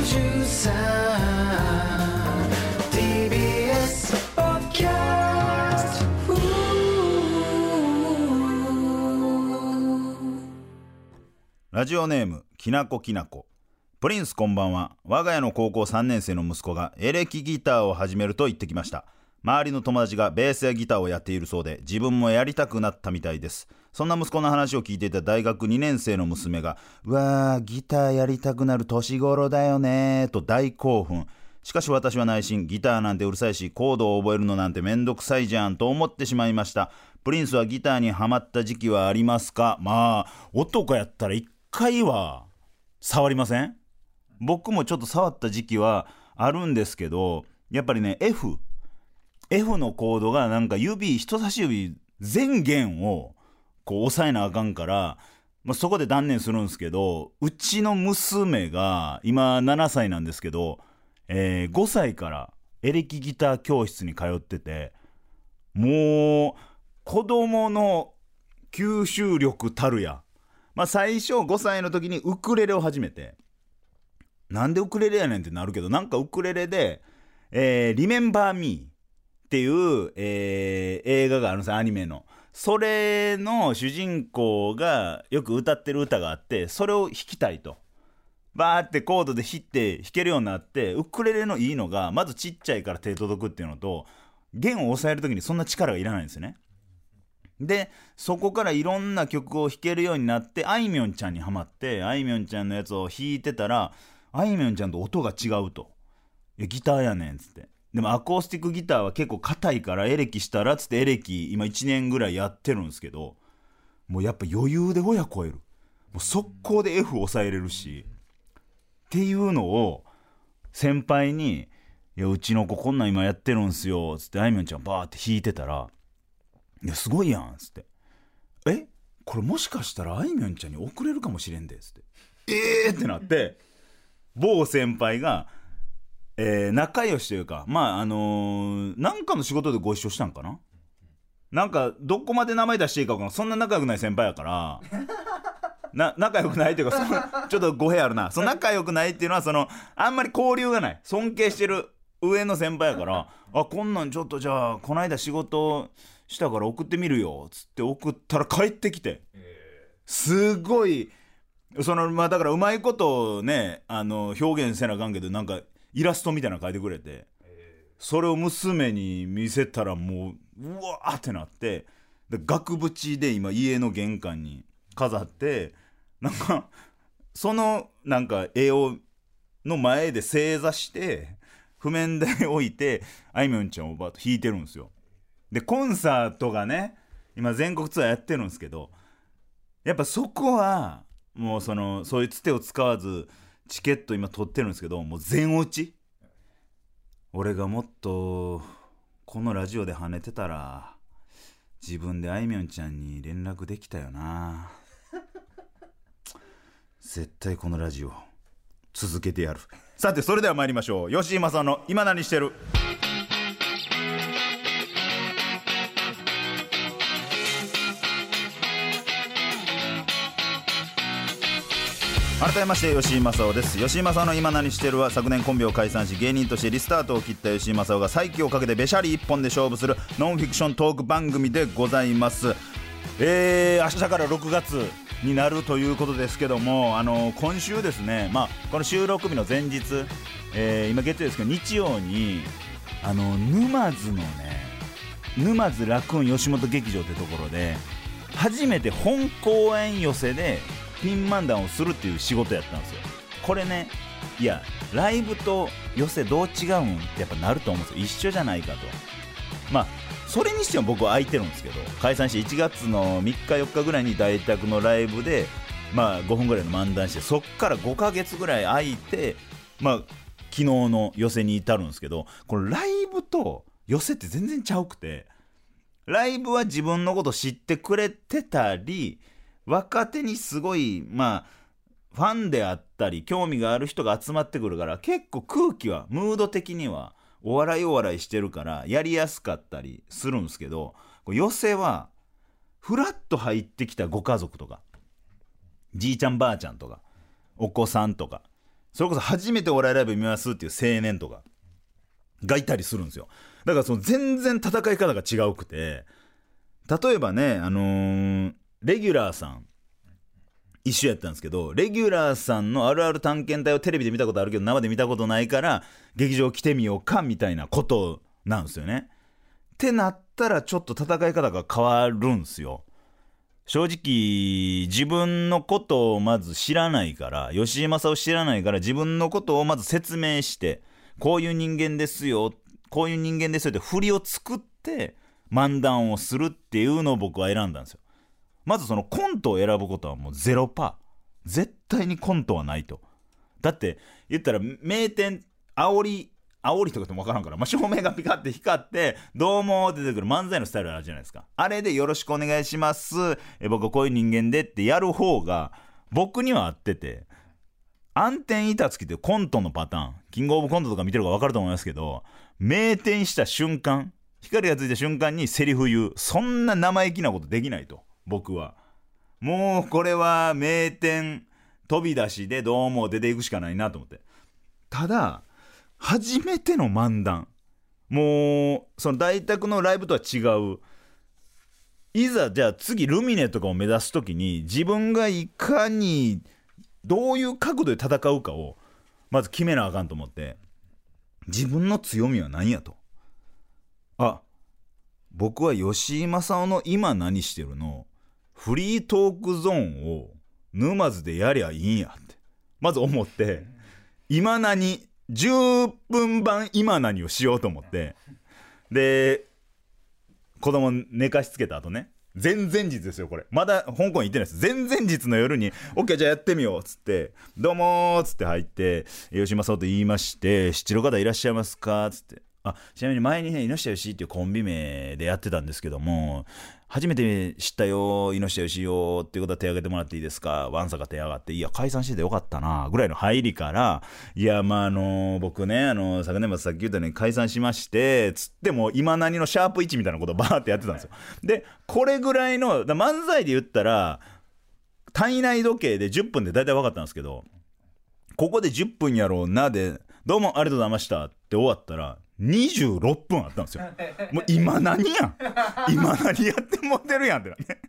TBS ポッドキャスト。ラジオネームきなこきなこ。プリンスこんばんは。我が家の高校3年生の息子がエレキギターを始めると言ってきました。周りの友達がベースやギターをやっているそうで、自分もやりたくなったみたいです。そんな息子の話を聞いていた大学2年生の娘が、うわー、ギターやりたくなる年頃だよねーと大興奮。しかし私は内心、ギターなんてうるさいし、コードを覚えるのなんてめんどくさいじゃんと思ってしまいました。プリンスはギターにハマった時期はありますか？まあ、男やったら一回は触りません？僕もちょっと触った時期はあるんですけど、やっぱりね、F のコードがなんか人差し指全弦をこう押さえなあかんから、まあ、そこで断念するんですけど、うちの娘が今7歳なんですけど、5歳からエレキギター教室に通ってて、もう子供の吸収力たるや。まあ最初5歳の時にウクレレを始めて、なんでウクレレやねんってなるけど、なんかウクレレで、Remember Meっていう、映画があるんですよ、アニメの。それの主人公がよく歌ってる歌があって、それを弾きたいと。バーってコードで弾けるようになって、ウクレレのいいのが、まずちっちゃいから手届くっていうのと、弦を押さえるときにそんな力がいらないんですよね。で、そこからいろんな曲を弾けるようになって、あいみょんちゃんにハマって、あいみょんちゃんのやつを弾いてたら、あいみょんちゃんと音が違うと。いや、ギターやねんつって。でもアコースティックギターは結構硬いからエレキしたらつってエレキ今1年ぐらいやってるんですけど、もうやっぱ余裕で親超える。もう速攻で F 抑えれるし。っていうのを先輩に、いや、うちの子こんなん今やってるんすよつってあいみょんちゃんバーって弾いてたら、いや、すごいやんつって。これもしかしたらあいみょんちゃんに送れるかもしれんでつって。ってなって、某先輩が、仲良しというか、まあ、なんかの仕事でご一緒したんかな？なんか、どこまで名前出していいか分からん。そんな仲良くない先輩やから、仲良くないっていうか、ちょっと語弊あるな。仲良くないっていうのは、あんまり交流がない。尊敬してる上の先輩やから、あ、こんなんちょっとじゃあ、こないだ仕事したから送ってみるよ、つって送ったら帰ってきて。すごい、まあ、だからうまいことをね、表現せなあかんけど、なんか、イラストみたいなの描いてくれて、それを娘に見せたらもう、うわーってなって、で額縁で今家の玄関に飾って、なんか、なんか絵の前で正座して、譜面で置いて、あいみょんちゃんをバーッと弾いてるんですよ。で、コンサートがね、今全国ツアーやってるんですけど、やっぱそこは、もうそういうつてを使わず、チケット今取ってるんですけど、もう全落ち。俺がもっとこのラジオで跳ねてたら自分であいみょんちゃんに連絡できたよな。絶対このラジオ続けてやる。さて、それでは参りましょう。吉井正夫の今何してる。改めまして吉井正夫です。吉井正夫の今何してるは、昨年コンビを解散し芸人としてリスタートを切った吉井正夫が再起をかけてべしゃり一本で勝負するノンフィクショントーク番組でございます。明日から6月になるということですけども、今週ですね、まあ、この収録日の前日、今月曜ですけど日曜に沼津のね、沼津ラクーン吉本劇場というところで初めて本公演寄せでピン漫談をするっていう仕事やったんですよ。これね、いやライブと寄せどう違うんってやっぱなると思うんですよ。一緒じゃないかと。まあそれにしても僕は空いてるんですけど、解散して1月の3日4日ぐらいに大宅のライブでまあ5分ぐらいの漫談して、そっから5ヶ月ぐらい空いて、まあ昨日の寄せに至るんですけど、これライブと寄せって全然ちゃうくて、ライブは自分のこと知ってくれてたり、若手にすごいまあファンであったり興味がある人が集まってくるから、結構空気はムード的にはお笑いしてるからやりやすかったりするんですけど、寄せはフラッと入ってきたご家族とかじいちゃんばあちゃんとかお子さんとか、 それこそ初めてお笑いライブ見ますっていう青年とかがいたりするんですよ。だからその全然戦い方が違うくて、例えばねレギュラーさん一緒やったんですけど、レギュラーさんのあるある探検隊をテレビで見たことあるけど生で見たことないから劇場来てみようかみたいなことなんですよね。ってなったらちょっと戦い方が変わるんすよ。正直自分のことをまず知らないから、吉井正夫知らないから自分のことをまず説明して、こういう人間ですよ、こういう人間ですよって振りを作って漫談をするっていうのを僕は選んだんですよ。まずそのコントを選ぶことはもう0%、絶対にコントはないと。だって言ったら名店煽りとかでも分からんから、照明がピカって光ってどうもって出てくる漫才のスタイルあるじゃないですか。あれでよろしくお願いします、僕はこういう人間でってやる方が僕には合ってて、暗転板つきってコントのパターン、キングオブコントとか見てるから分かると思いますけど、名店した瞬間、光がついた瞬間にセリフ言う、そんな生意気なことできないと。僕はもうこれは名店飛び出しでどうも出ていくしかないなと思って。ただ初めての漫談、もうその大宅のライブとは違う、いざじゃあ次ルミネとかを目指す時に自分がいかにどういう角度で戦うかをまず決めなあかんと思って、自分の強みは何やと。僕は吉井正夫の今何してるのフリートークゾーンを沼津でやりゃいいんやってまず思って、今何10分版今何をしようと思って、で子供寝かしつけた後ね、前々日ですよこれ、まだ香港行ってないです。前々日の夜に OK じゃあやってみようっつって、どうもーっつって入って、吉井正夫と言いまして、知ってる方いらっしゃいますかっつって、ちなみに前にね井下義っていうコンビ名でやってたんですけども、初めて知ったよ井下義よっていうことは手挙げてもらっていいですか。わんさか手挙がって、いや解散しててよかったなぐらいの入りから、いや僕ね昨年末さっき言ったように解散しましてつっても今何のシャープ1みたいなことをバーってやってたんですよ。でこれぐらいの漫才で言ったら体内時計で10分で大体分かったんですけど、ここで10分やろうなでどうもありがとうございましたって終わったら26分あったんですよ。もう今何やん、今何やってもってるやんってなね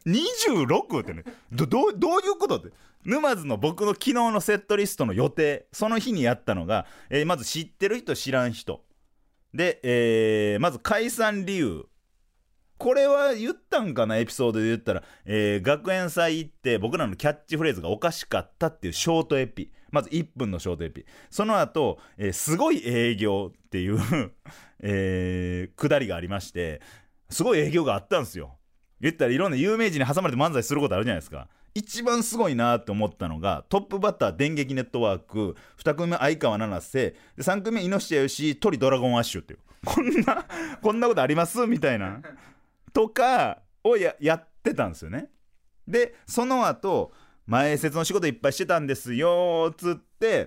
26ってね、どういうことって。沼津の僕の昨日のセットリストの予定、その日にやったのが、まず知ってる人知らん人で、まず解散理由、これは言ったんかな、エピソードで言ったら、学園祭行って僕らのキャッチフレーズがおかしかったっていうショートエピ、まず1分のショートエピ、その後、すごい営業っていうくだりがありまして、すごい営業があったんですよ。言ったらいろんな有名人に挟まれて漫才することあるじゃないですか。一番すごいなって思ったのが、トップバッター電撃ネットワーク、2組目相川七瀬で、3組目井下義鳥ドラゴンアッシュっていう、こんなことありますみたいなとかを やってたんですよね。でその後前説の仕事いっぱいしてたんですよつって、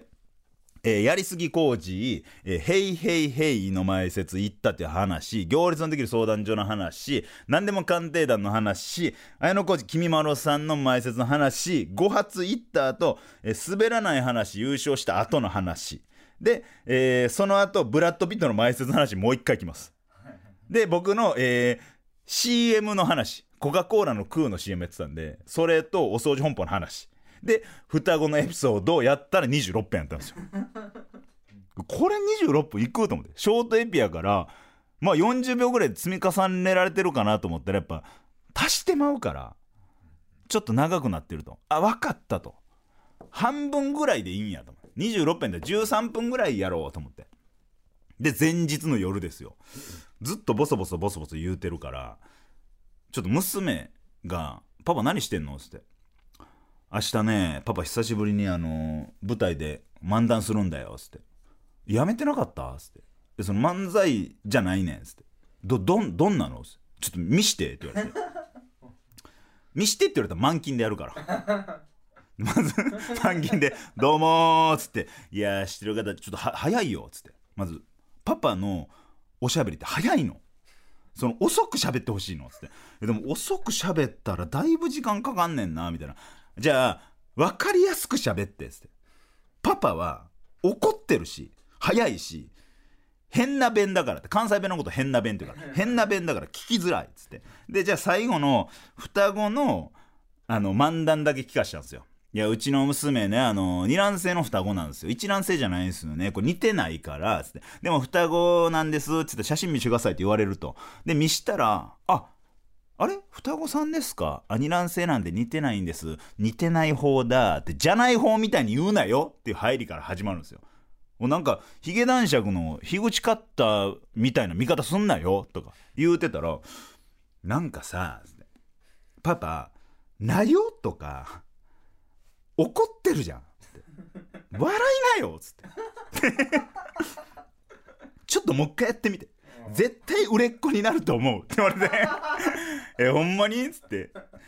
やりすぎ工事、ヘイヘイヘイの前説行ったっていう話、行列のできる相談所の話、何でも鑑定団の話、綾小路きみまろさんの前説の話、5発行った後、滑らない話、優勝した後の話で、その後ブラッド・ピットの前説の話もう一回来ます。で僕の、CM の話、コカ・コーラの空の CM やってたんで、それとお掃除本舗の話で双子のエピソードをやったら26分やったんですよ。これ26分いくと思って、ショートエピやから40秒ぐらいで積み重ねられてるかなと思ったら、やっぱ足してまうからちょっと長くなってると、分かったと、半分ぐらいでいいんやと思って、26分で13分ぐらいやろうと思って、で前日の夜ですよ、ずっとボソボソ言うてるから、ちょっと娘がパパ何してんのって、明日ねパパ久しぶりに舞台で漫談するんだよって、やめてなかったって、でその漫才じゃないねんって、どんなのって、ちょっと見してって言われて見してって言われたら満勤でやるからまず満勤でどうもーっつって、いや知ってる方ちょっと早いよっつって、まずパパのおしゃべりって早いの、その遅く喋ってほしいのっつって、でも遅く喋ったらだいぶ時間かかんねんなみたいな、じゃあ分かりやすく喋ってっつって、パパは怒ってるし早いし変な弁だからって、関西弁のこと変な弁って言うから変な弁だから聞きづらいっつって、でじゃあ最後の双子の漫談だけ聞かしたんですよ。いやうちの娘ね二卵性の双子なんですよ、一卵性じゃないんですよね、これ似てないからつって、でも双子なんですっつって写真見せてくださいって言われると、で見したらあれ双子さんですか、二卵性なんで似てないんです、似てない方だって、じゃない方みたいに言うなよっていう入りから始まるんですよ。もうなんかヒゲ男爵の樋口カッターみたいな見方すんなよとか言うてたら、なんかさパパなよとか怒ってるじゃんって笑いなよっつってちょっともう一回やってみて絶対売れっ子になると思うって言われてほんまにっつって、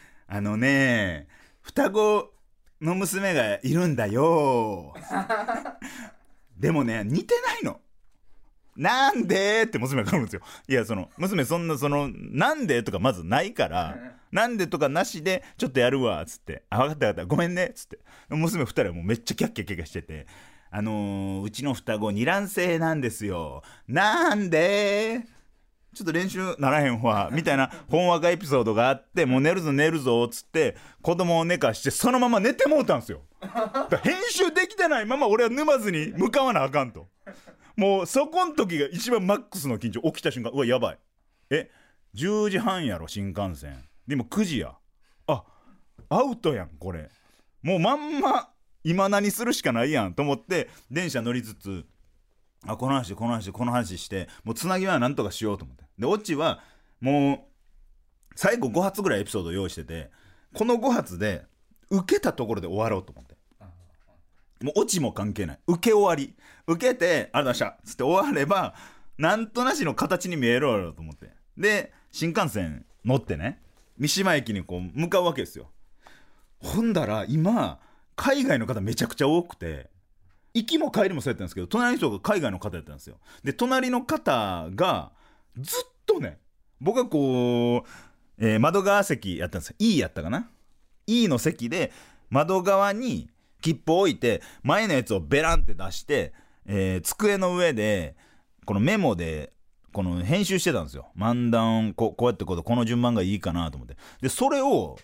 双子の娘がいるんだよでもね似てないの、なんでって娘が来るんですよ。いや娘そんななんでとかまずないからなんでとかなしでちょっとやるわっつって、分かった分かったごめんねっつって、娘2人はもうめっちゃキャッキャキャッキャしてて、うちの双子二卵性なんですよ、なんでちょっと練習ならへんわみたいなほんわかエピソードがあって、もう寝るぞっつって子供を寝かしてそのまま寝てもうたんですよ。だ編集できてないまま俺は沼津に向かわなあかんと、もうそこん時が一番マックスの緊張。起きた瞬間うわやばい、10時半やろ新幹線でも9時や、アウトやんこれ、もうまんま今何するしかないやんと思って電車乗りつつこの話してもうつなぎはなんとかしようと思って、でオチはもう最後5発ぐらいエピソード用意してて、この5発で受けたところで終わろうと思って、もうオチも関係ない、受け終わり受けてありがとうございましたつって終わればなんとなしの形に見えるやろうと思って、で新幹線乗ってね三島駅にこう向かうわけですよ。ほんだら今海外の方めちゃくちゃ多くて、行きも帰りもそうやったんですけど隣の人が海外の方やったんですよ。で隣の方がずっとね僕がこう、窓側席やったんですよ。 E やったかな、 E の席で窓側に切符を置いて前のやつをベランって出して、机の上でこのメモでこの編集してたんですよ。漫談こうやってこの順番がいいかなと思って、でそれを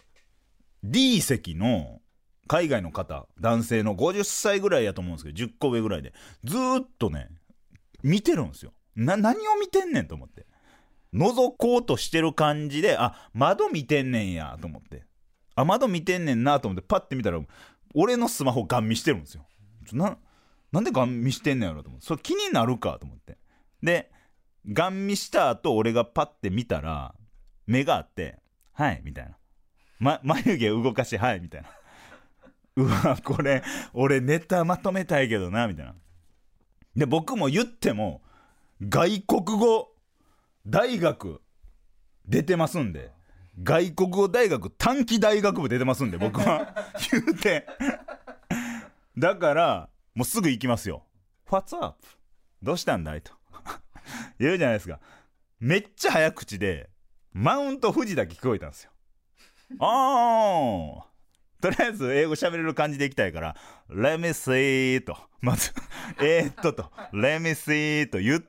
D 席の海外の方男性の50歳ぐらいやと思うんですけど10個上ぐらいでずーっとね見てるんですよ。何を見てんねんと思って、覗こうとしてる感じで窓見てんねんやと思って、窓見てんねんなと思ってパッて見たら俺のスマホガン見してるんですよ。なんでガン見してんねんやろと思って、それ気になるかと思って、でガン見した後俺がパッて見たら目があってはいみたいな、眉毛動かしはいみたいなうわこれ俺ネタまとめたいけどなみたいな。で僕も言っても外国語大学出てますんで、外国語大学短期大学部出てますんで僕は言うてだからもうすぐ行きますよ。 What's up どうしたんだいと言うじゃないですか。めっちゃ早口でマウント富士だけ聞こえたんですよ。とりあえず英語喋れる感じでいきたいからLet me see とまずとLet me see と言って、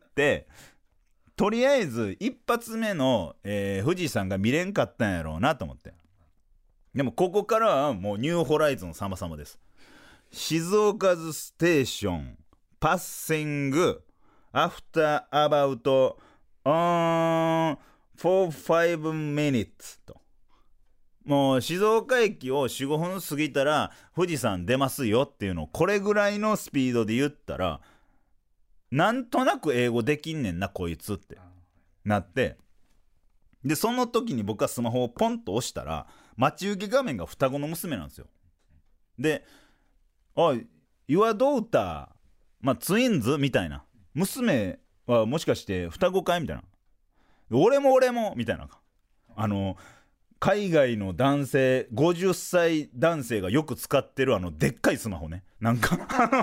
とりあえず一発目の、富士山が見れんかったんやろうなと思って、でもここからはもうニューホライズン様々です。静岡ズステーションパッシングアフターアバウト4-5 minutes と、もう静岡駅を 4,5 分過ぎたら富士山出ますよっていうのをこれぐらいのスピードで言ったらなんとなく英語できんねんなこいつってなって、でその時に僕はスマホをポンと押したら待ち受け画面が双子の娘なんですよ。でYour daughter ツインズみたいな、娘はもしかして双子かいみたいな、俺もみたいな、海外の男性50歳男性がよく使ってるでっかいスマホね、なんか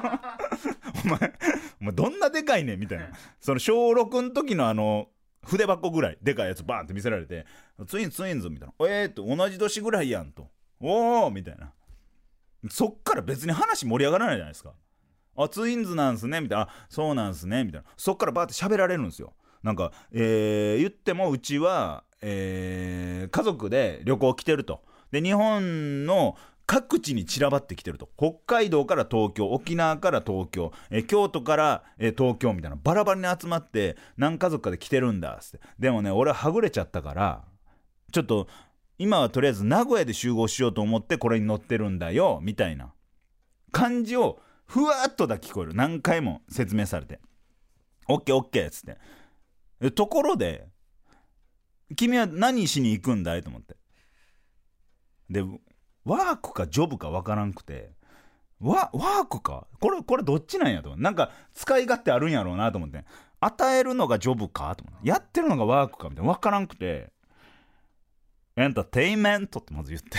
お前どんなでかいねんみたいな、その小6の時の筆箱ぐらいでかいやつバーンって見せられてツインズみたいな、同じ年ぐらいやんと、おーみたいな、そっから別に話盛り上がらないじゃないですか。 あツインズなんすねみたいな、あそうなんすねみたいな、そっからバーって喋られるんですよ。なんか、言ってもうちは、家族で旅行来てると。で日本の各地に散らばってきてると。北海道から東京、沖縄から東京、京都から、東京みたいなバラバラに集まって何家族かで来てるんだっつって。でもね俺ははぐれちゃったからちょっと今はとりあえず名古屋で集合しようと思ってこれに乗ってるんだよみたいな感じをふわっとだけ聞こえる。何回も説明されてオッケーオッケーっつって。ところで君は何しに行くんだいと思って。でワークかジョブか分からんくて、ワークかこれどっちなんやと思って。なんか使い勝手あるんやろうなと思って。与えるのがジョブかと思って、やってるのがワークかみたいな分からんくて、エンターテインメントってまず言って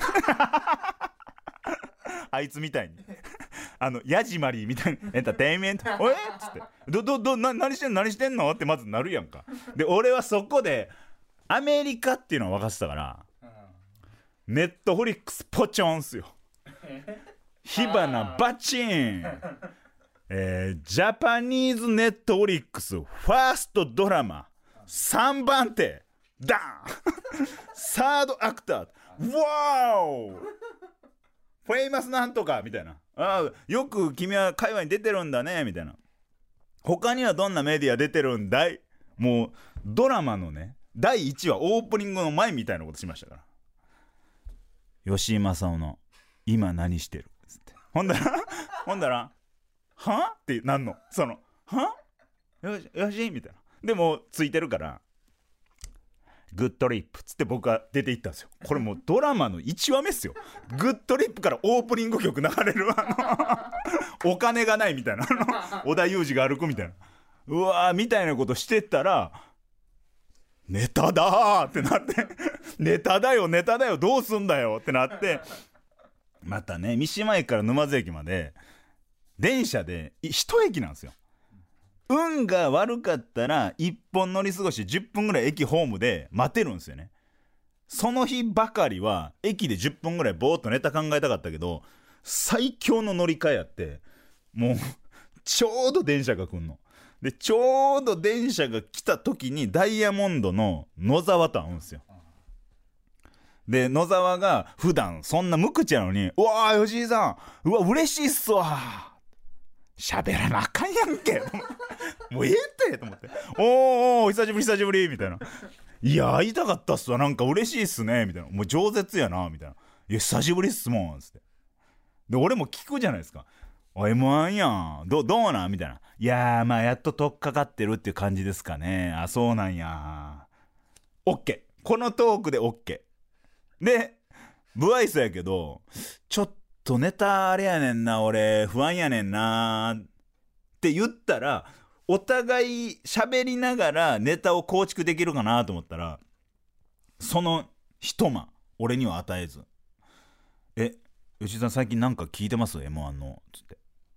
あいつみたいにヤジマリーみたいにエンターテインメントおえっつって何してんのってまずなるやんか。で俺はそこでアメリカっていうのは分かってたから、ネットフリックスポチョンすよ火花バチン、ジャパニーズネットフリックスファーストドラマ3番手ダーンサードアクターワーフェイマスなんとかみたいな、あよく君は会話に出てるんだねみたいな、他にはどんなメディア出てるんだい、もうドラマのね第1話オープニングの前みたいなことしましたから。吉井正夫の今何してるつってほんだらはってなんのそのはよしみたいな。でもついてるからグッドリップつって僕は出ていったんですよ。これもうドラマの1話目っすよ。グッドリップからオープニング曲流れるお金がないみたいな織田裕二が歩くみたいな、うわーみたいなことしてったらネタだーってなってネタだよどうすんだよってなって、またね三島駅から沼津駅まで電車で1駅なんですよ。運が悪かったら1本乗り過ごして10分ぐらい駅ホームで待てるんですよね。その日ばかりは駅で10分ぐらいぼーっとネタ考えたかったけど最強の乗り換えやって、もうちょうど電車が来んので、ちょうど電車が来た時にダイヤモンドの野沢と会うんですよ。で野沢が普段そんな無口やのに、うわー吉井さんうわ嬉しいっすわ喋らなあかんやんけもうええってと思って、お久しぶりみたいな、いや会いたかったっすわなんか嬉しいっすねみたいな、もう饒舌やなみたいな、いや久しぶりっすもんつって。で俺も聞くじゃないですか、M1 やんどうなんみたいな、いやまあやっと取っかかってるっていう感じですかね、あそうなんや OK、 このトークで OK で不愛想やけどちょっとネタあれやねんな俺不安やねんなって言ったらお互い喋りながらネタを構築できるかなと思ったら、その一間俺には与えず、吉井さん最近なんか聞いてます M1 のつって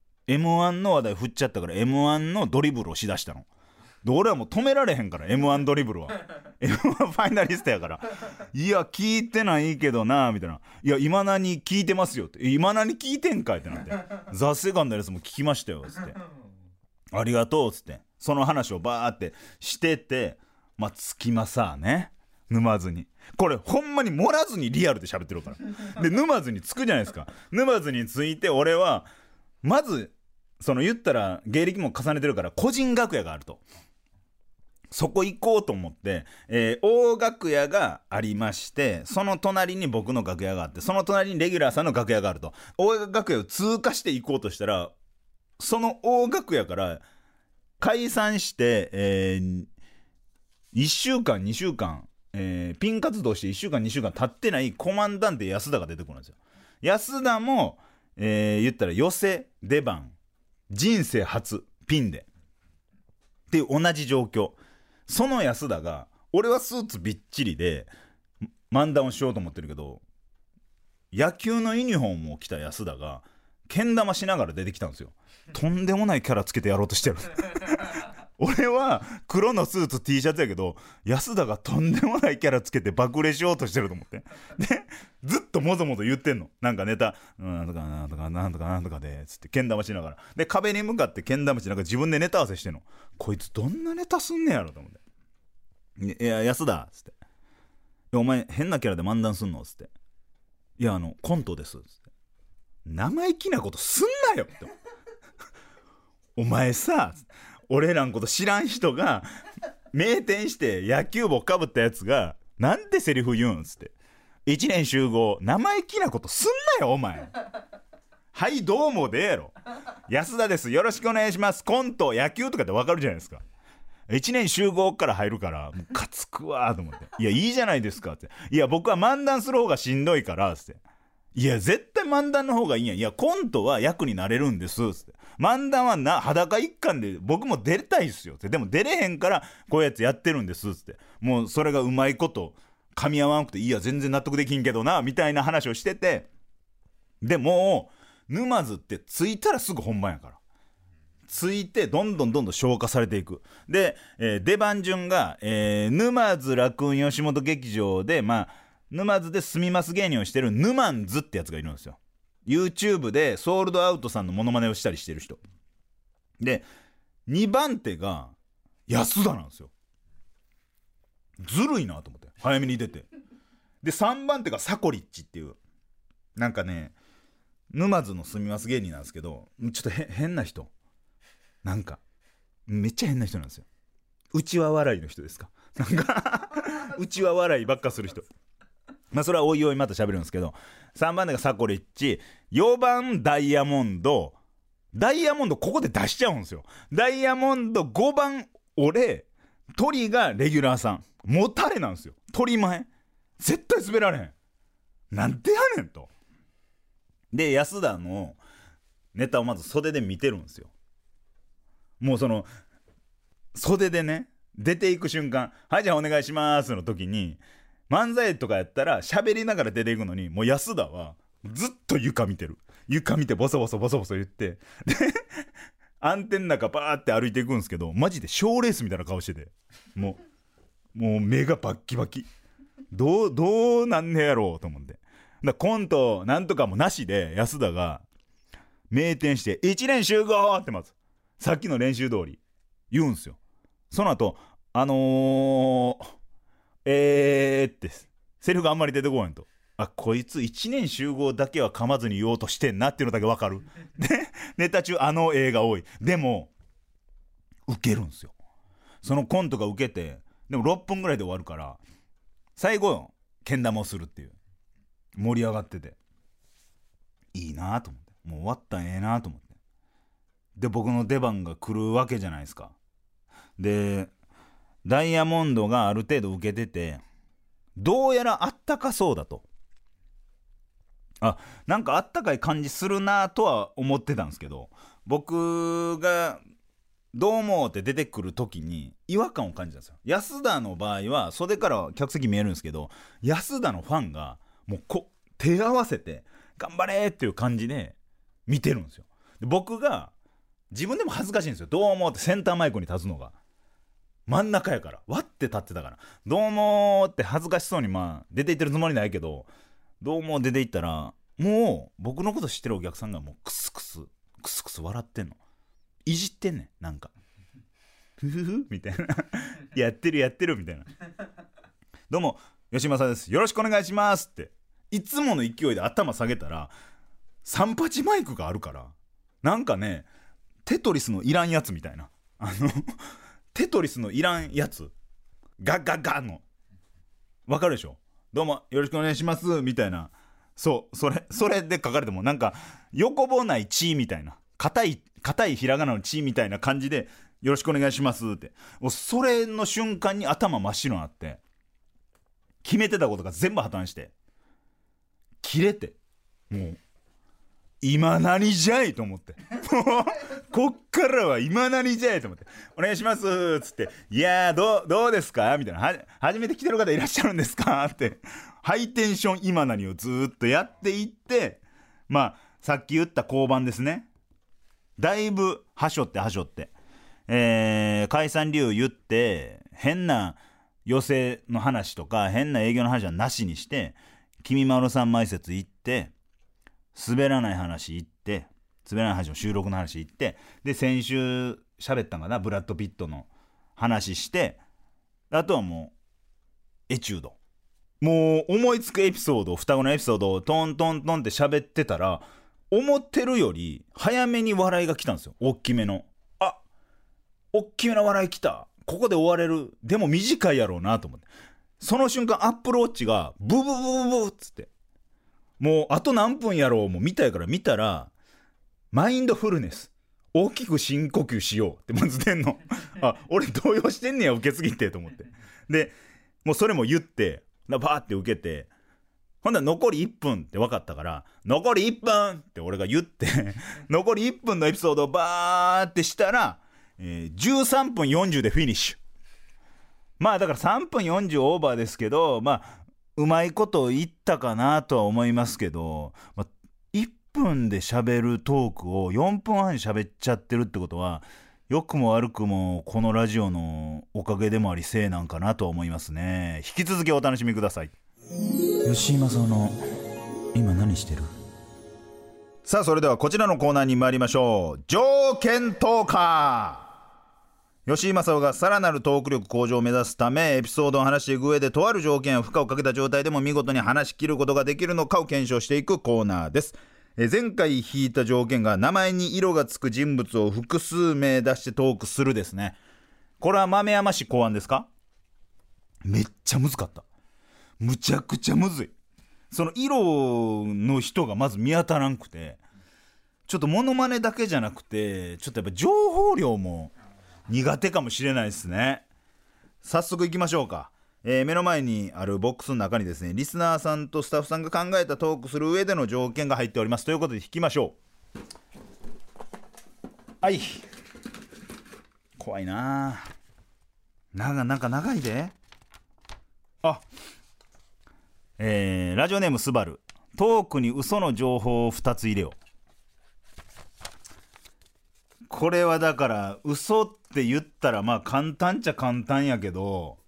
M1 の話題振っちゃったから M1 のドリブルをしだしたので、俺はもう止められへんから M1 ドリブルはM1 ファイナリストやから、いや聞いてないけどなみたいな、いや今何聞いてますよって、今何聞いてんかいってなって、ザ・セカンドのやつも聞きましたよつって、ありがとうつってその話をバーってしてて、まあ着きまさね沼津に、これほんまに盛らずにリアルで喋ってるからで沼津に着くじゃないですか。沼津に着いて俺はまずその言ったら芸歴も重ねてるから個人楽屋があると、そこ行こうと思って、大楽屋がありまして、その隣に僕の楽屋があって、その隣にレギュラーさんの楽屋があると、大楽屋を通過して行こうとしたらその大楽屋から解散して、1週間2週間、ピン活動して1週間2週間経ってないコマンダンテ安田が出てくるんですよ。安田も、言ったら寄せ出番人生初ピンでっていう同じ状況。その安田が俺はスーツびっちりで漫談をしようと思ってるけど、野球のユニフォームを着た安田がけん玉しながら出てきたんですよ。とんでもないキャラつけてやろうとしてる俺は黒のスーツ T シャツやけど安田がとんでもないキャラつけて爆売れしようとしてると思って、でずっともぞもぞ言ってんの。なんかネタ、なんとかなんとかなんとかなんとかで、つってけん玉しながら。で、壁に向かってけん玉しながら自分でネタ合わせしてんの。こいつどんなネタすんねやろと思って。いや、安田、つって。お前変なキャラで漫談すんのつって。いや、コントです。つって。生意気なことすんなよって。お前さ、俺らのこと知らん人が、名店して野球帽かぶったやつが、なんてセリフ言うんつって。一年集合、生意気なことすんなよ、お前。はい、どうもでやろ。安田です。よろしくお願いします。コント、野球とかってわかるじゃないですか。一年集合から入るから、ムカつくわーと思って。いや、いいじゃないですかって。いや、僕は漫談する方がしんどいから、つって。いや、絶対漫談の方がいいんや。いや、コントは役になれるんです、つって。漫談は裸一貫で僕も出たいっすよって。でも出れへんから、こういうやつやってるんです、つって。もうそれがうまいこと、噛み合わんくて、いや、全然納得できんけどな、みたいな話をしてて。で、もう、沼津って着いたらすぐ本番やから。ついてどんどん消化されていく。で、出番順が、沼津楽雲吉本劇場で、沼津で住みます芸人をしてるヌマンズってやつがいるんですよ。 YouTube でソールドアウトさんのモノマネをしたりしてる人で、2番手が安田なんですよ。ずるいなと思って早めに出て。で3番手がサコリッチっていう、なんかね、沼津の住みます芸人なんですけど、ちょっと変な人、なんかめっちゃ変な人なんですよ。うちわ笑いの人ですか、なんかうちわ笑いばっかする人。それはおいおいまた喋るんですけど、3番手がサコリッチ、4番ダイヤモンドここで出しちゃうんですよ。ダイヤモンド、5番俺、鳥がレギュラーさん、もたれなんですよ。鳥前絶対滑られへん、なんでやねんと。で安田のネタをまず袖で見てるんですよ。もうその袖でね、出ていく瞬間、はいじゃあお願いしますの時に、漫才とかやったら喋りながら出ていくのに、もう安田はずっと床見てる。床見てボソボソ言って、で暗転の中バーって歩いていくんですけど、マジで賞レースみたいな顔してて、もう目がバッキバキ。どうなんねやろうと思って。だコントなんとかもなしで安田が名店して一年集合ってまずさっきの練習通り言うんすよ。その後ってセリフがあんまり出てこないと、あ、こいつ一年集合だけは噛まずに言おうとしてんなっていうのだけわかる。でネタ中映画多い。でもウケるんすよ。そのコントがウケて、でも6分ぐらいで終わるから最後けん玉をするっていう、盛り上がってていいなと思って、もう終わったんええなと思って、で僕の出番が来るわけじゃないですか。でダイヤモンドがある程度受けてて、どうやらあったかそうだと、なんかあったかい感じするなとは思ってたんですけど、僕がどうもって出てくる時に違和感を感じたんですよ。安田の場合は袖から客席見えるんですけど、安田のファンがもう手合わせて頑張れっていう感じで見てるんですよ。で僕が自分でも恥ずかしいんですよ。どうもってセンターマイクに立つのが真ん中やから、割って立ってたから、どうもって恥ずかしそうに出ていってるつもりないけど、どうも出ていったら、もう僕のこと知ってるお客さんがもうクスクス笑ってんの、いじってんねん、なんかふふふみたいなやってるみたいなどうも吉正です、よろしくお願いしますっていつもの勢いで頭下げたら、38マイクがあるから、なんかね、テトリスのいらんやつみたいな、テトリスのいらんやつガのわかるでしょ。どうもよろしくお願いしますみたいな、それで書かれてもなんか横棒ないチーみたいな、硬いひらがなのチーみたいな感じでよろしくお願いしますって、もうそれの瞬間に頭真っ白になって、決めてたことが全部破綻して切れて、もう今何じゃいと思ってこっからは今何じゃいと思って、お願いしますっつって、いやーどうですかみたいな、初めて来てる方いらっしゃるんですかってハイテンション今何をずっとやっていって、さっき言った交番ですね、だいぶはしょって、解散理由言って変な寄席の話とか変な営業の話はなしにして、 君まろさん前説行って、滑らない話行って、滑らない話の収録の話行って、で先週喋ったんかな、ブラッド・ピットの話して、あとはもうエチュード、もう思いつくエピソード、双子のエピソードをトントントンって喋ってたら、思ってるより早めに笑いが来たんですよ。大きめの、大きめの笑い来た、ここで終われる、でも短いやろうなと思って、その瞬間アップルウォッチがブブブブブっつって、もうあと何分やろうも見たいから見たら、マインドフルネス、大きく深呼吸しようってまず出んの俺動揺してんねや、受けすぎてと思って、でもうそれも言ってバーって受けて、ほんなら残り1分って分かったから、残り1分って俺が言って残り1分のエピソードをバーってしたら、13分40でフィニッシュ。まあだから3分40オーバーですけど、まあうまいこと言ったかなとは思いますけど、1分で喋るトークを4分半喋っちゃってるってことは、良くも悪くもこのラジオのおかげでもありせいなんかなと思いますね。引き続きお楽しみください。吉井正夫の今何してる？さあそれではこちらのコーナーに参りましょう。条件トーカー。吉井正夫がさらなるトーク力向上を目指すため、エピソードを話していく上でとある条件や負荷をかけた状態でも見事に話し切ることができるのかを検証していくコーナーです。前回引いた条件が名前に色がつく人物を複数名出してトークするですね。これは豆山氏考案ですか？めっちゃむずかった。むちゃくちゃむずい。その色の人がまず見当たらんくて、ちょっとモノマネだけじゃなくて、ちょっとやっぱ情報量も苦手かもしれないですね。早速いきましょうか。目の前にあるボックスの中にですね、リスナーさんとスタッフさんが考えたトークする上での条件が入っております。ということで引きましょう。はい、怖いな。なんか長いで。ラジオネームスバル。トークに嘘の情報を2つ入れよう。これはだから嘘って言ったらまあ簡単っちゃ簡単やけど、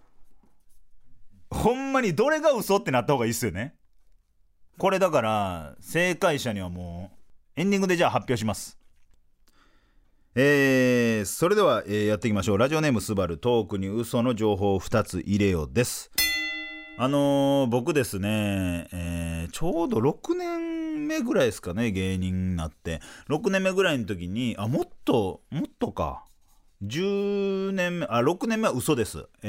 ほんまにどれが嘘ってなった方がいいっすよね。これだから正解者にはもうエンディングでじゃあ発表します。それでは、やっていきましょう。ラジオネームスバル。トークに嘘の情報を2つ入れようです。僕ですね、ちょうど6年目ぐらいですかね、芸人になって6年目ぐらいの時に、もっとか10年目、6年目は嘘です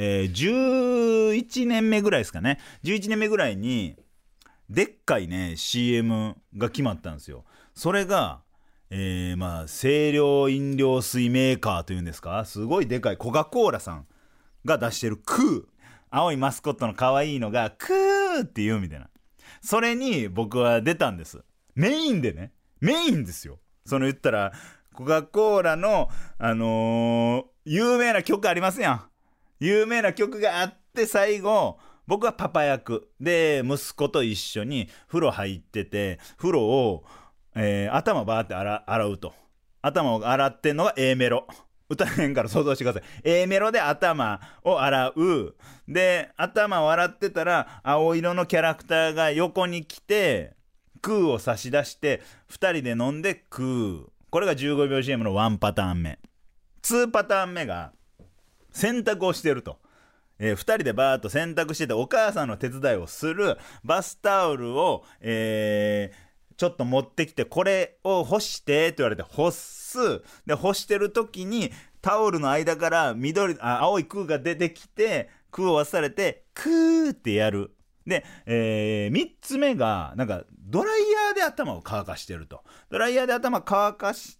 、11年目ぐらいですかね。11年目ぐらいにでっかいね CM が決まったんですよ。それが清涼飲料水メーカーというんですか、すごいでかいコカ・コーラさんが出してるクー、青いマスコットの可愛いのがクーって言うみたいな、それに僕は出たんです。メインでね、メインですよ。その言ったらコカ・コーラの有名な曲ありますやん。有名な曲があって、最後僕はパパ役で息子と一緒に風呂入ってて、風呂を、頭バーって洗うと。頭を洗ってんのが A メロ、歌えへんから想像してください。 A メロで頭を洗う。で頭を洗ってたら青色のキャラクターが横に来てクーを差し出して2人で飲んでクー。これが15秒 CM の1パターン目。2パターン目が洗濯をしてると、2人でバーッと洗濯してて、お母さんの手伝いをする。バスタオルを、ちょっと持ってきて、これを干してって言われて干す。で干してる時にタオルの間から青いクーが出てきて、クーを忘れてクーってやる。で、3つ目がなんかドライヤーで頭を乾かしてると。ドライヤーで頭乾かして、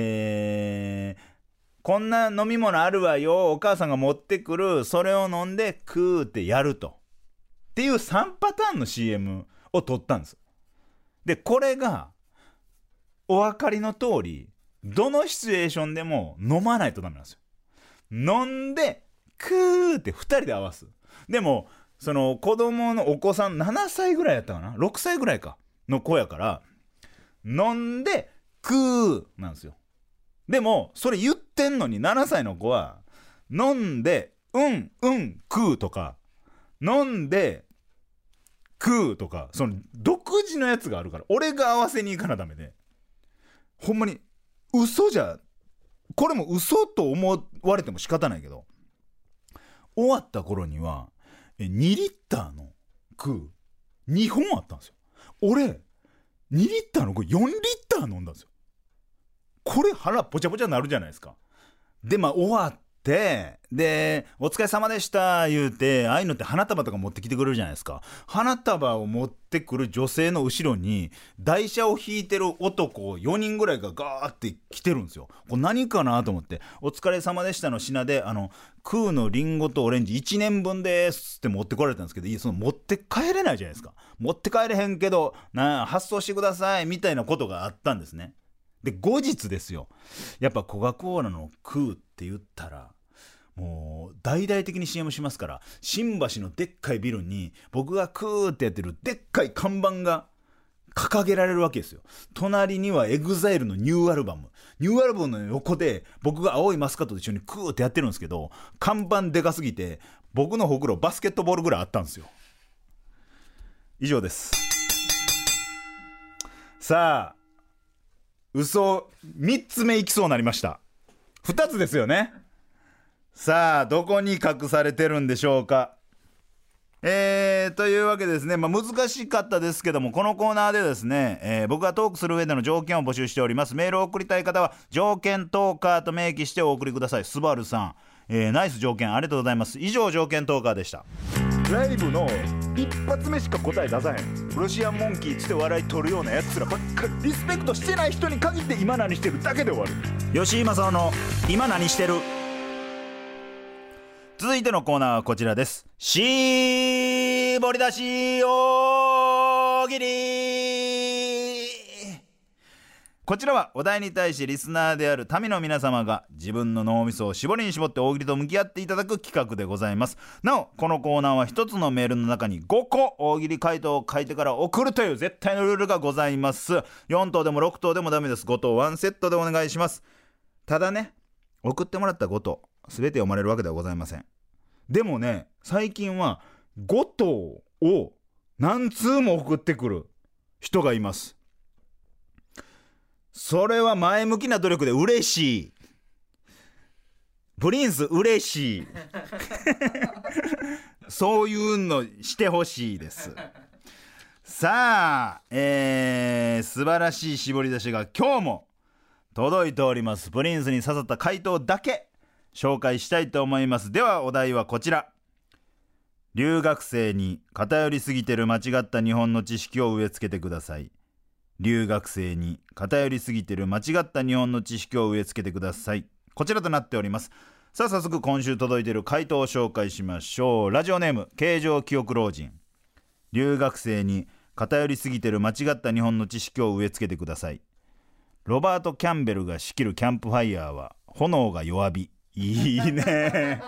こんな飲み物あるわよ、お母さんが持ってくる、それを飲んでクーってやるとっていう3パターンの CM を撮ったんです。でこれがお分かりの通り、どのシチュエーションでも飲まないとダメなんですよ。飲んでクーって2人で合わす。でもその子供のお子さん7歳ぐらいやったかな、6歳ぐらいかの子やから、飲んでクーなんですよ。でもそれ言ってんのに7歳の子は飲んでクーとか、飲んで食うとかその独自のやつがあるから、俺が合わせに行かなダメで、ほんまに嘘じゃ、これも嘘と思われても仕方ないけど、終わった頃には2リッターの食う2本あったんですよ。俺2リッターの4リッター飲んだんですよ。これ腹ポチャポチャになるじゃないですか。でまあ終わってでお疲れ様でした言うて、ああいうのって花束とか持ってきてくれるじゃないですか。花束を持ってくる女性の後ろに台車を引いてる男4人ぐらいがガーって来てるんですよ。これ何かなと思って、お疲れ様でしたの品で空のリンゴとオレンジ1年分ですって持ってこられたんですけど、いやその持って帰れないじゃないですか。持って帰れへんけど発送してくださいみたいなことがあったんですね。で後日ですよ、やっぱコカ・コーラの空って言ったらもう大々的に CM しますから、新橋のでっかいビルに僕がクーってやってるでっかい看板が掲げられるわけですよ。隣には EXILE のニューアルバムの横で僕が青いマスカットと一緒にクーってやってるんですけど、看板でかすぎて僕のほくろバスケットボールぐらいあったんですよ。以上です。さあ嘘3つ目いきそうになりました。2つですよね。さあどこに隠されてるんでしょうか。というわけでですね、難しかったですけども、このコーナーでですね、僕がトークする上での条件を募集しております。メールを送りたい方は条件トーカーと明記してお送りください。スバルさん、ナイス条件ありがとうございます。以上条件トーカーでした。ライブの一発目しか答え出さへんロシアンモンキーつって笑い取るようなやつらばっかり、リスペクトしてない人に限って今何してるだけで終わる。吉井正夫の今何してる。続いてのコーナーはこちらです。絞り出し大喜利。こちらはお題に対しリスナーである民の皆様が自分の脳みそを絞りに絞って大喜利と向き合っていただく企画でございます。なおこのコーナーは一つのメールの中に5個大喜利回答を書いてから送るという絶対のルールがございます。4等でも6等でもダメです。5等1セットでお願いします。ただね、送ってもらった5等全て読まれるわけではございません。でもね、最近は5等を何通も送ってくる人がいます。それは前向きな努力で嬉しい。プリンス嬉しいそういうのしてほしいです。さあ、素晴らしい絞り出しが今日も届いております。プリンスに刺さった回答だけ紹介したいと思います。ではお題はこちら。留学生に偏りすぎてる間違った日本の知識を植え付けてください。留学生に偏りすぎてる間違った日本の知識を植え付けてください。こちらとなっております。さあ早速今週届いている回答を紹介しましょう。ラジオネーム形状記憶老人。留学生に偏りすぎてる間違った日本の知識を植え付けてください。ロバート・キャンベルが仕切るキャンプファイヤーは炎が弱火。いいね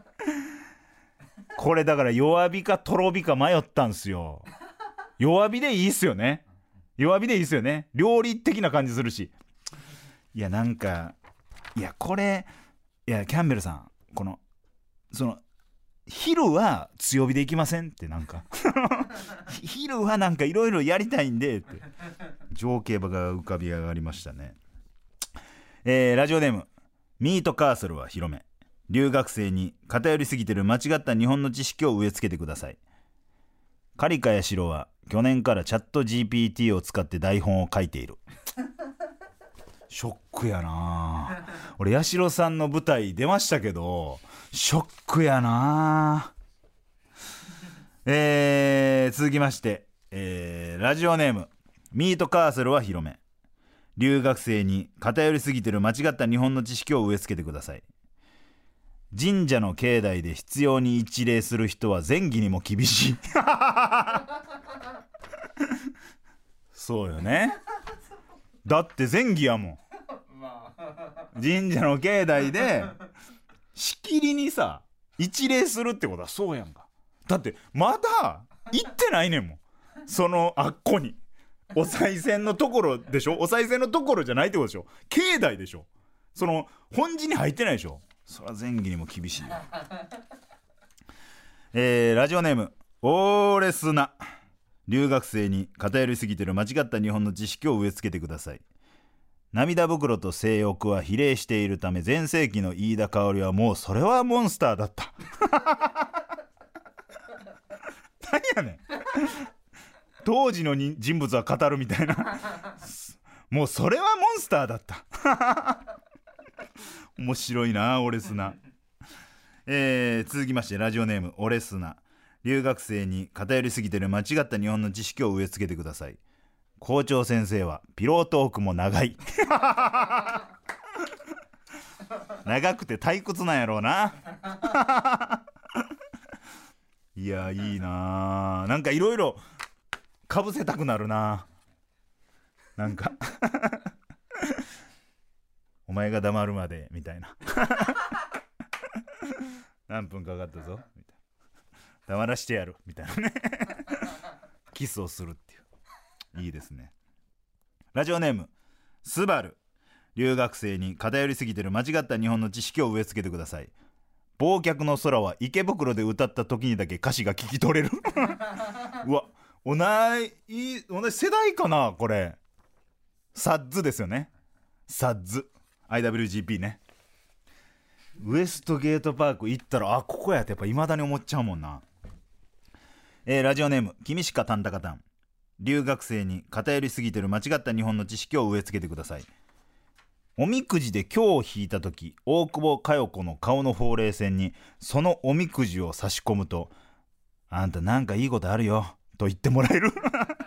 これだから弱火かとろ火か迷ったんすよ。弱火でいいっすよね。弱火でいいっすよね。料理的な感じするし。いやなんかいやこれいやキャンベルさんその昼は強火でいきませんってなんか昼はなんかいろいろやりたいんでって情景場が浮かび上がりましたね。ラジオネームミートカーソルは広め。留学生に偏りすぎてる間違った日本の知識を植え付けてください。カリカヤシロは去年からチャット GPT を使って台本を書いている。ショックやな。俺ヤシロさんの舞台出ましたけどショックやな。続きまして、ラジオネームミートカーソルは広め。留学生に偏りすぎてる間違った日本の知識を植え付けてください。神社の境内で必要に一礼する人は前儀にも厳しいそうよね。だって前儀やもん。神社の境内でしきりにさ一礼するってことはそうやんか。だってまだ行ってないねんもん。そのあっこにお賽銭のところでしょ。お賽銭のところじゃないってことでしょ。境内でしょ。その本寺に入ってないでしょ。そりゃ前儀にも厳しいよラジオネームオーレスナ。 留学生に偏りすぎてる間違った日本の知識を植え付けてください。涙袋と性欲は比例しているため、全盛期の飯田香織はもうそれはモンスターだった何やねん当時の人物は語るみたいなもうそれはモンスターだった面白いなオレスナ。続きまして、ラジオネームオレスナ。留学生に偏りすぎてる間違った日本の知識を植え付けてください。校長先生はピロートークも長い長くて退屈なんやろうないやいいな、なんかいろいろかぶせたくなるな。なんかお前が黙るまでみたいな何分かかったぞみたいな、黙らしてやるみたいなねキスをするっていう、いいですね。ラジオネームスバル。留学生に偏りすぎてる間違った日本の知識を植え付けてください。忘却の空は池袋で歌った時にだけ歌詞が聞き取れるうわ、同じ世代かなこれ。サッズですよね。サッズ IWGP ね。ウエストゲートパーク行ったら、あ、ここやってやっぱ未だに思っちゃうもんな。ラジオネーム君しかたんたかたん。留学生に偏りすぎてる間違った日本の知識を植え付けてください。おみくじで今日を引いた時、大久保佳代子の顔のほうれい線にそのおみくじを差し込むと、あんたなんかいいことあるよと言ってもらえる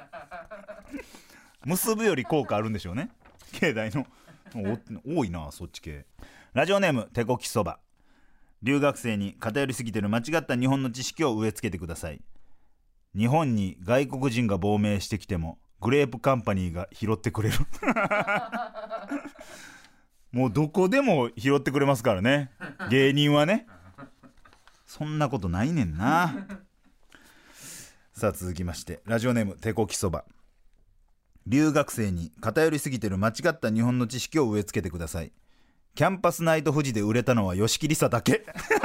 結ぶより効果あるんでしょうね、境内の。多いなそっち系。ラジオネーム手こきそば。留学生に偏りすぎてる間違った日本の知識を植え付けてください。日本に外国人が亡命してきてもグレープカンパニーが拾ってくれるもうどこでも拾ってくれますからね、芸人はね。そんなことないねんな。さあ続きまして、ラジオネーム手こきそば。留学生に偏りすぎてる間違った日本の知識を植え付けてください。キャンパスナイト富士で売れたのは吉木りさだけ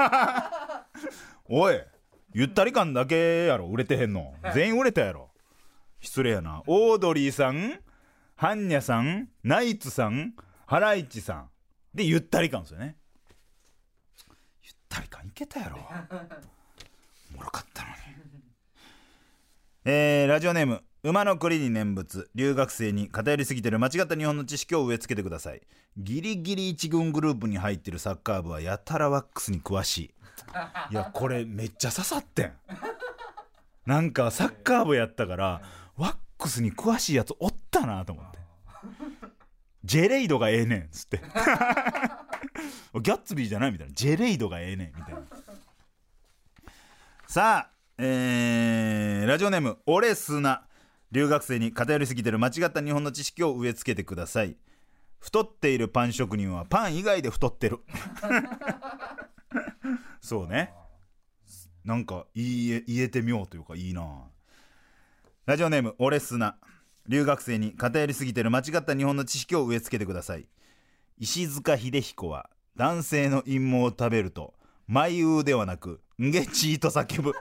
おい、ゆったり感だけやろ売れてへんの。全員売れたやろ。失礼やな。オードリーさん、ハンニャさん、ナイツさん、ハライチさんでゆったり感ですよね。ゆったり感いけたやろ。おもろかったのに。ラジオネーム馬の栗に念仏。留学生に偏りすぎてる間違った日本の知識を植え付けてください。ギリギリ一軍グループに入ってるサッカー部はやたらワックスに詳しい。いやこれめっちゃ刺さってん。なんかサッカー部やったからワックスに詳しいやつおったなと思って。ジェレイドがええねんっつってギャッツビーじゃないみたいな、ジェレイドがええねんみたいな。さあ、ラジオネームオレスナ。留学生に偏りすぎてる間違った日本の知識を植え付けてください。太っているパン職人はパン以外で太ってるそうね、なんか言えてみようというかいいな。ラジオネームオレスナ。留学生に偏りすぎてる間違った日本の知識を植え付けてください。石塚秀彦は男性の陰謀を食べるとマイウーではなくんげちーと叫ぶ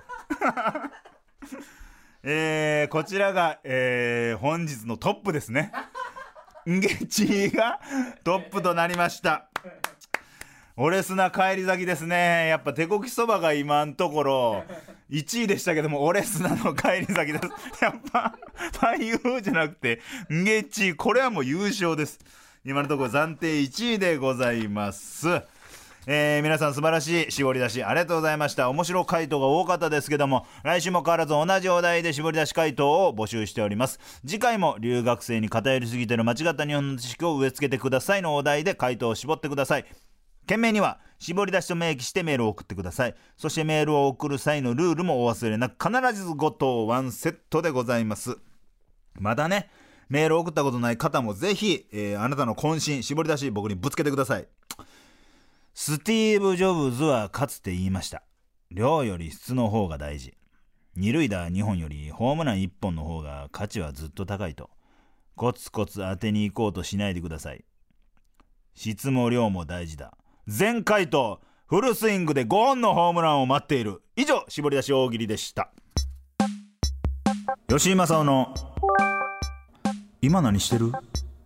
こちらが、本日のトップですね。んげちーがトップとなりました。オレスナ帰り咲きですね。やっぱ手こきそばが今のところ1位でしたけども、オレスナの帰り咲きです。やっぱパイユーじゃなくてんげちー、これはもう優勝です。今のところ暫定1位でございます。皆さん素晴らしい絞り出しありがとうございました。面白回答が多かったですけども、来週も変わらず同じお題で絞り出し回答を募集しております。次回も留学生に偏りすぎてる間違った日本の知識を植え付けてくださいのお題で回答を絞ってください。件名には絞り出しと明記してメールを送ってください。そしてメールを送る際のルールもお忘れなく、必ず5答1セットでございます。まだねメールを送ったことない方もぜひ、あなたの渾身絞り出し僕にぶつけてください。スティーブ・ジョブズはかつて言いました。量より質の方が大事。二塁打2本よりホームラン1本の方が価値はずっと高いと。コツコツ当てに行こうとしないでください。質も量も大事だ。全回答フルスイングで5本のホームランを待っている。以上、絞り出し大喜利でした。 吉井正夫の今何してる？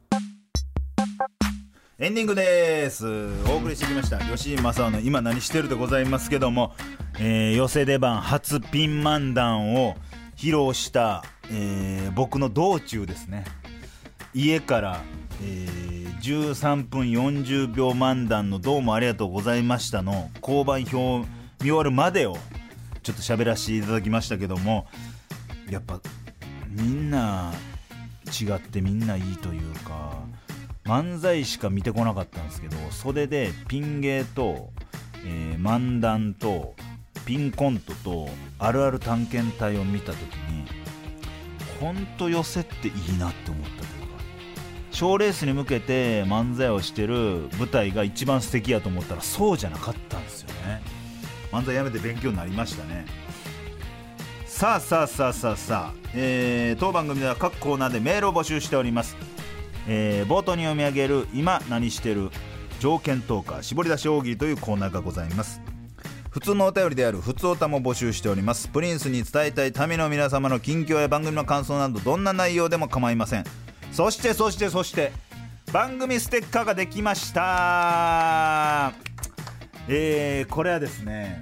エンディングです。お送りしてきました吉井正夫の今何してるでございますけども、寄せ出番初ピン漫談を披露した、僕の道中ですね。家から、13分40秒漫談のどうもありがとうございましたの交番表見終わるまでをちょっと喋らせていただきましたけども、やっぱみんな違ってみんないいというか、漫才しか見てこなかったんですけど、袖でピン芸と、漫談とピンコントとあるある探検隊を見た時に、ほんと寄せっていいなって思ったというか、賞レースに向けて漫才をしてる舞台が一番素敵やと思ったらそうじゃなかったんですよね。漫才やめて勉強になりましたね。さあ、当番組では各コーナーでメールを募集しております。冒頭に読み上げる今何してる条件トーカー絞り出し大喜利というコーナーがございます。普通のお便りである普通おたも募集しております。プリンスに伝えたい民の皆様の近況や番組の感想などどんな内容でも構いません。そして番組ステッカーができました。これはですね、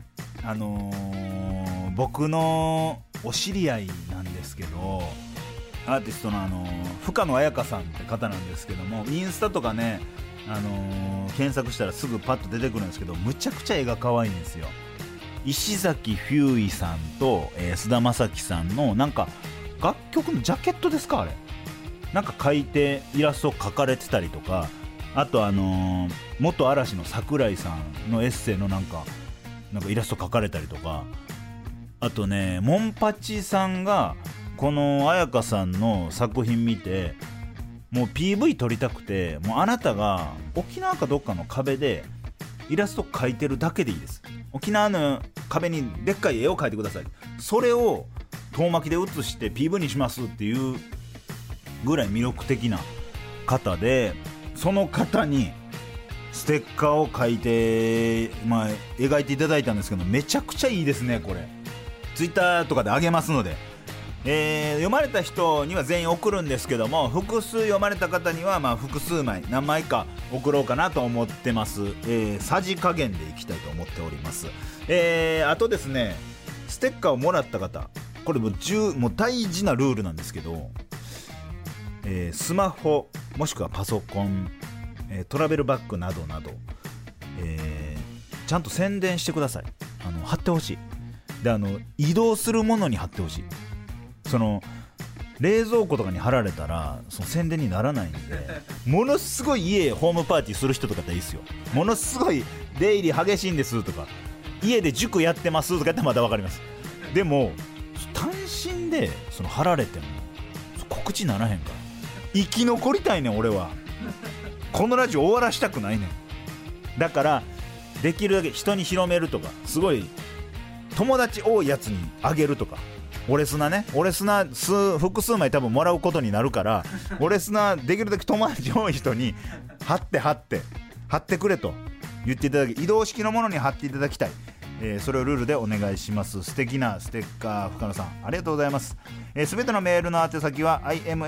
僕のお知り合いなんですけど、アーティストの深野彩香さんって方なんですけども、インスタとかね、検索したらすぐパッと出てくるんですけど、むちゃくちゃ絵が可愛いんですよ。石崎フューイさんと、菅田将暉さんのなんか楽曲のジャケットですか、あれなんか描いてイラスト描かれてたりとか、あと元嵐の桜井さんのエッセイのなんかイラスト描かれたりとか、あとね、モンパチさんがこの彩香さんの作品見て、もう PV 撮りたくて、もうあなたが沖縄かどっかの壁でイラスト描いてるだけでいいです、沖縄の壁にでっかい絵を描いてください、それを遠巻きで写して PV にしますっていうぐらい魅力的な方で、その方にステッカーを描いて、描いていただいたんですけど、めちゃくちゃいいですね。これツイッターとかであげますので、読まれた人には全員送るんですけども、複数読まれた方には複数枚何枚か送ろうかなと思ってます。さじ加減でいきたいと思っております。あとですね、ステッカーをもらった方、これもう大事なルールなんですけど、スマホもしくはパソコン、トラベルバッグなどなど、ちゃんと宣伝してください。貼ってほしい。で、移動するものに貼ってほしい。その冷蔵庫とかに貼られたらその宣伝にならないんで、ものすごい家ホームパーティーする人とかっていいですよ。ものすごい出入り激しいんですとか、家で塾やってますとかやったらまだ分かります。でも単身でその貼られても告知ならへんから、生き残りたいねん俺は。このラジオ終わらしたくないねん。だからできるだけ人に広めるとか、すごい友達多いやつにあげるとか、オレスナ複数枚多分もらうことになるから、オレスナできるだけ友達多い人に貼ってくれと言っていただき、移動式のものに貼っていただきたい。それをルールでお願いします。素敵なステッカー、深野さんありがとうございます。すべてのメールの宛先は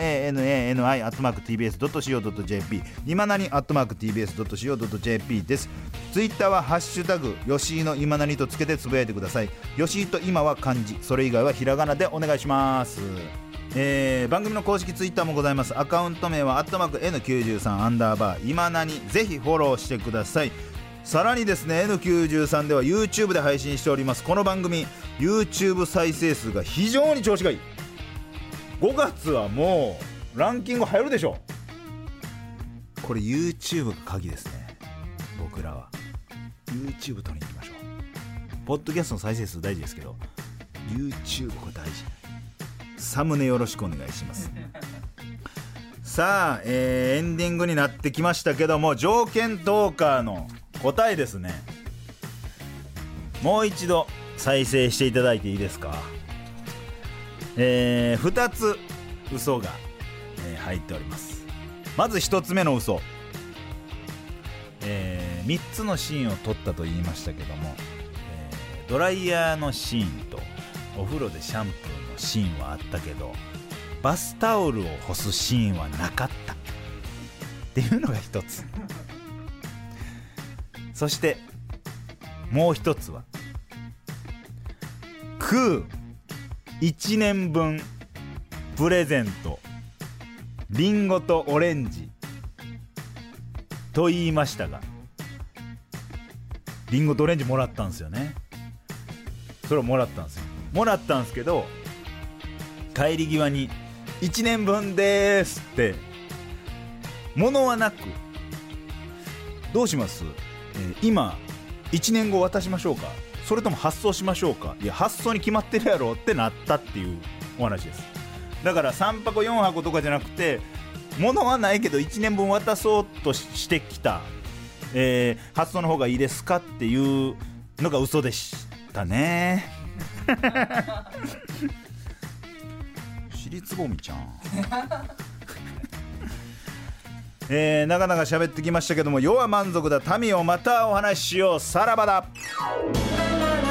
imani@tbs.co.jp、 今なに @tbs.co.jp です。ツイッターはハッシュタグ吉井の今なにとつけてつぶやいてください。吉井と今は漢字、それ以外はひらがなでお願いします。番組の公式ツイッターもございます。アカウント名は@N93_ 今なに、ぜひフォローしてください。さらにですね、 N93 では YouTube で配信しております。この番組 YouTube 再生数が非常に調子がいい。5月はもうランキング入るでしょ。これ YouTube が鍵ですね。僕らは YouTube 取りに行きましょう。ポッドキャストの再生数大事ですけど YouTube これ大事。サムネよろしくお願いしますさあ、エンディングになってきましたけども、条件トーカーの答えですね。もう一度再生していただいていいですか。2つ嘘が、入っております。まず1つ目の嘘、3つのシーンを撮ったと言いましたけども、ドライヤーのシーンとお風呂でシャンプーのシーンはあったけどバスタオルを干すシーンはなかったっていうのが一つ。そしてもう一つは1年分プレゼントリンゴとオレンジと言いましたが、リンゴとオレンジもらったんですよね。それをもらったんですけど、帰り際に1年分でーすって物はなく、どうします、今1年後渡しましょうか、それとも発送しましょうか。いや発送に決まってるやろってなったっていうお話です。だから3箱4箱とかじゃなくて、物はないけど1年分渡そうとしてきた、発送の方がいいですかっていうのが嘘でしたね。私立ゴミちゃん。なかなか喋ってきましたけども、世は満足だ民をまたお話ししよう、さらばだ。